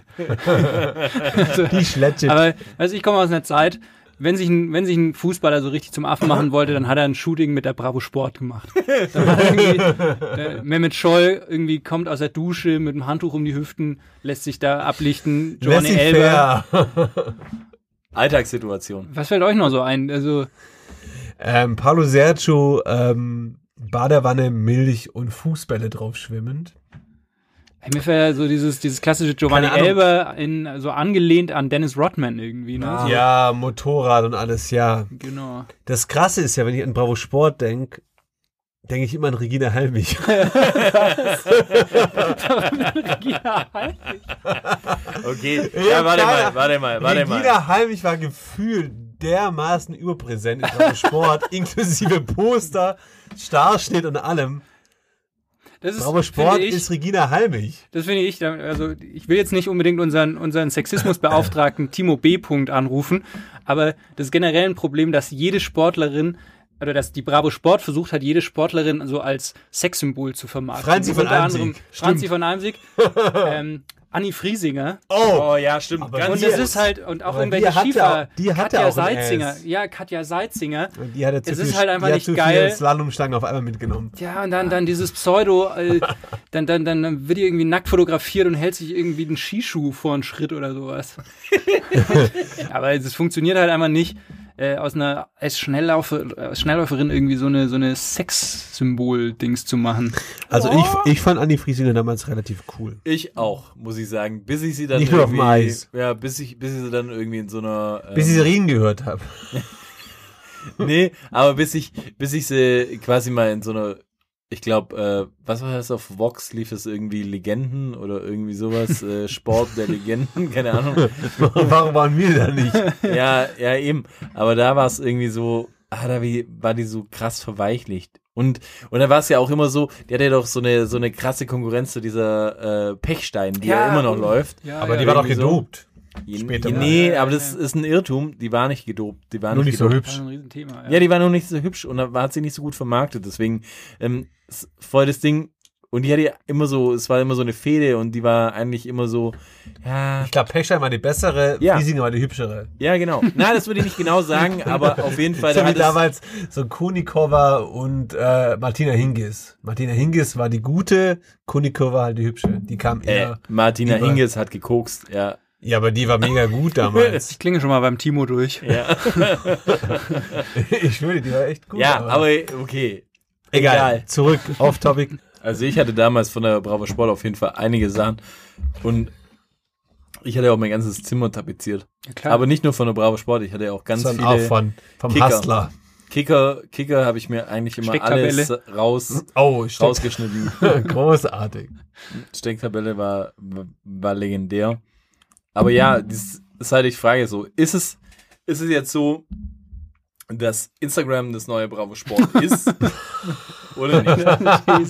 also, Die Schletche. aber, also ich komme aus einer Zeit, wenn sich, ein, wenn sich ein Fußballer so richtig zum Affen machen wollte, dann hat er ein Shooting mit der Bravo Sport gemacht. Dann hat irgendwie, der Mehmet Scholl irgendwie kommt aus der Dusche mit dem Handtuch um die Hüften, lässt sich da ablichten. Giovanni Elber. Laissez-faire. Alltagssituation. Was fällt euch noch so ein? Also, Ähm, Paulo Sergio, ähm, Badewanne, Milch und Fußbälle drauf schwimmend. Ey, mir fällt ja so dieses, dieses klassische Giovanni Keine Ahnung. Elber in, so angelehnt an Dennis Rodman irgendwie, ne? So, Ja, Motorrad und alles, ja. Genau. Das Krasse ist ja, wenn ich an Bravo Sport denke, denke ich immer an Regina Halmich. Regina Halmich. Okay, ja, warte keine- mal, warte mal, warte mal. Regina Halmich war gefühlt dermaßen überpräsent in Bravo Sport, inklusive Poster, Starschnitt und allem. Das ist, Bravo Sport finde ich, ist Regina Halmich. das finde ich, also ich will jetzt nicht unbedingt unseren, unseren Sexismusbeauftragten Timo B. Punkt anrufen, aber das ist generell ein Problem, dass jede Sportlerin oder dass die Bravo Sport versucht hat, jede Sportlerin so als Sexsymbol zu vermarkten. Franzi von Unter Almsig. anderem Franzi von Almsig, ähm, Anni Friesinger. Oh, ja, stimmt. Aber Ganz Und das ist halt, und auch Aber irgendwelche die hat Schiefer. ja auch- die hat Katja ja auch ein Seitzinger. Ass. Ja, Katja Seitzinger. Die hat ja zu Es viel, ist halt einfach die hat nicht zu geil. Viel Slalomstangen auf einmal mitgenommen. Ja, und dann, dann dieses Pseudo, äh, dann, dann, dann wird die irgendwie nackt fotografiert und hält sich irgendwie den Skischuh vor einen Schritt oder sowas. Aber es funktioniert halt einfach nicht, äh, aus einer als Schnelllaufer, als Schnellläuferin irgendwie so eine, so eine Sex-Symbol-Dings zu machen. Also ich, ich fand Anni Friesinger damals relativ cool. Ich auch, muss ich sagen. Bis ich sie dann Nicht nur auf dem irgendwie, Eis. ja, bis ich, bis ich sie dann irgendwie in so einer, ähm, Bis ich sie reden gehört habe. nee, aber bis ich, bis ich sie quasi mal in so einer, ich glaube, äh, was war das auf Vox, lief es irgendwie Legenden oder irgendwie sowas, äh, Sport der Legenden, keine Ahnung. Warum waren wir da nicht? Ja, ja, eben. Aber da war es irgendwie so, ah, da wie, war die so krass verweichlicht. Und, und dann war es ja auch immer so, die hatte ja doch so eine, so eine krasse Konkurrenz zu dieser äh, Pechstein, die ja, Ja, immer noch und- läuft. Ja, Aber ja, die war doch irgendwie so. gedopt. Je- Später je- mal. nee, Ja, aber ja, das ja. ist ein Irrtum. Die war nicht gedopt. Die war Nur nicht nicht so gedopt. Das ist hübsch. ein Riesenthema. Ja, die war noch nicht so hübsch und da hat sie nicht so gut vermarktet. Deswegen ähm, ist voll das Ding. Und die hatte ja immer so, es war immer so eine Fehde und die war eigentlich immer so, ja, Ich glaube, Pechstein war die bessere, Ja. Friesinger war die hübschere. ja genau. Nein, das würde ich nicht genau sagen, aber auf jeden Fall. So da wie hat es- damals so Kunikova und äh, Martina Hingis. Martina Hingis war die gute, Kunikova halt die hübsche. Die kam äh, eher. Martina die war- Hingis hat gekokst, ja. Ja, aber die war mega gut damals. Ich klinge schon mal beim Timo durch. Ja, Ich schwöre, die war echt gut. ja aber okay. egal. egal. Zurück auf Topic. Also ich hatte damals von der Bravo Sport auf jeden Fall einige Sachen und ich hatte auch mein ganzes Zimmer tapeziert. Ja, klar. Aber nicht nur von der Bravo Sport, ich hatte auch ganz Sondern viele auch von, vom Kicker. Hustler. Kicker, Kicker habe ich mir eigentlich immer alles Stecktabelle. raus, Oh, stimmt. rausgeschnitten. Großartig. Stecktabelle war, war legendär. Aber ja, das ist halt die Frage so, ist es, ist es jetzt so, dass Instagram das neue Bravo Sport ist? Oder nicht?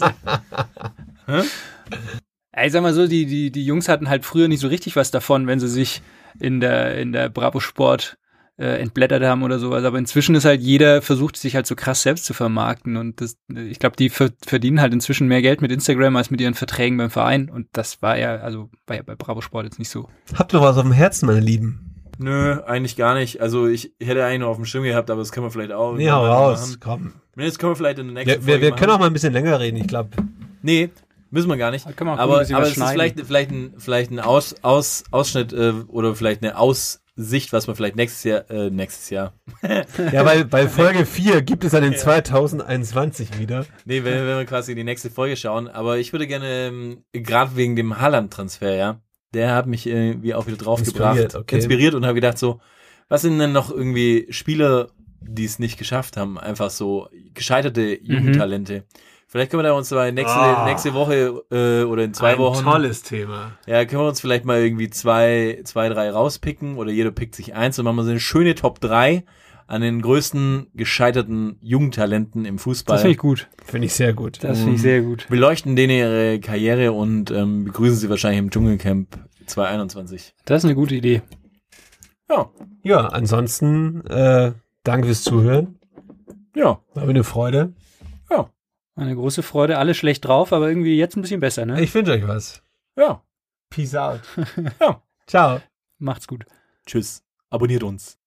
Ja, ich sag mal so, die, die, die Jungs hatten halt früher nicht so richtig was davon, wenn sie sich in der, in der Bravo Sport äh, entblättert haben oder sowas. Aber inzwischen ist halt jeder versucht, sich halt so krass selbst zu vermarkten. Und das, ich glaube, die ver- verdienen halt inzwischen mehr Geld mit Instagram als mit ihren Verträgen beim Verein. Und das war ja, also war ja bei Bravo Sport jetzt nicht so. Habt ihr noch was auf dem Herzen, meine Lieben? Nö, eigentlich gar nicht. Also ich hätte eigentlich noch auf dem Schirm gehabt, aber das können wir vielleicht auch. Nee, hau irgendwann raus. machen. Komm. Nee, das können wir vielleicht in der nächsten Wir, wir, Folge wir machen. können auch mal ein bisschen länger reden, ich glaube. Nee, müssen wir gar nicht. Da können wir auch aber ein bisschen aber was es ist schneiden. vielleicht, vielleicht ein, vielleicht ein Aus, Aus, Ausschnitt äh, oder vielleicht eine Aussicht, was wir vielleicht nächstes Jahr, äh, nächstes Jahr. Ja, weil bei Folge vier gibt es dann den zweitausendeinundzwanzig wieder. Nee, wenn, wenn wir quasi in die nächste Folge schauen. Aber ich würde gerne, ähm, gerade wegen dem Haaland-Transfer, ja, der hat mich irgendwie auch wieder draufgebracht. Inspiriert, okay. Inspiriert und habe gedacht so, was sind denn noch irgendwie Spieler, die es nicht geschafft haben? Einfach so gescheiterte Jugendtalente. Vielleicht können wir da uns mal nächste, Ah. nächste Woche äh, oder in zwei Ein Wochen. tolles Thema. Ja, können wir uns vielleicht mal irgendwie zwei, zwei, drei rauspicken oder jeder pickt sich eins und machen wir so eine schöne Top drei an den größten gescheiterten Jugendtalenten im Fußball. Das finde ich gut. Finde ich sehr gut. Das finde ich sehr gut. Beleuchten denen ihre Karriere und ähm, begrüßen sie wahrscheinlich im Dschungelcamp zwanzig einundzwanzig. Das ist eine gute Idee. Ja, Ja, ansonsten äh, danke fürs Zuhören. ja, War mir eine Freude. ja, Eine große Freude. Alle schlecht drauf, aber irgendwie jetzt ein bisschen besser, ne? Ich wünsche euch was. ja. Peace out. Ja. Ciao. Macht's gut. Tschüss. Abonniert uns.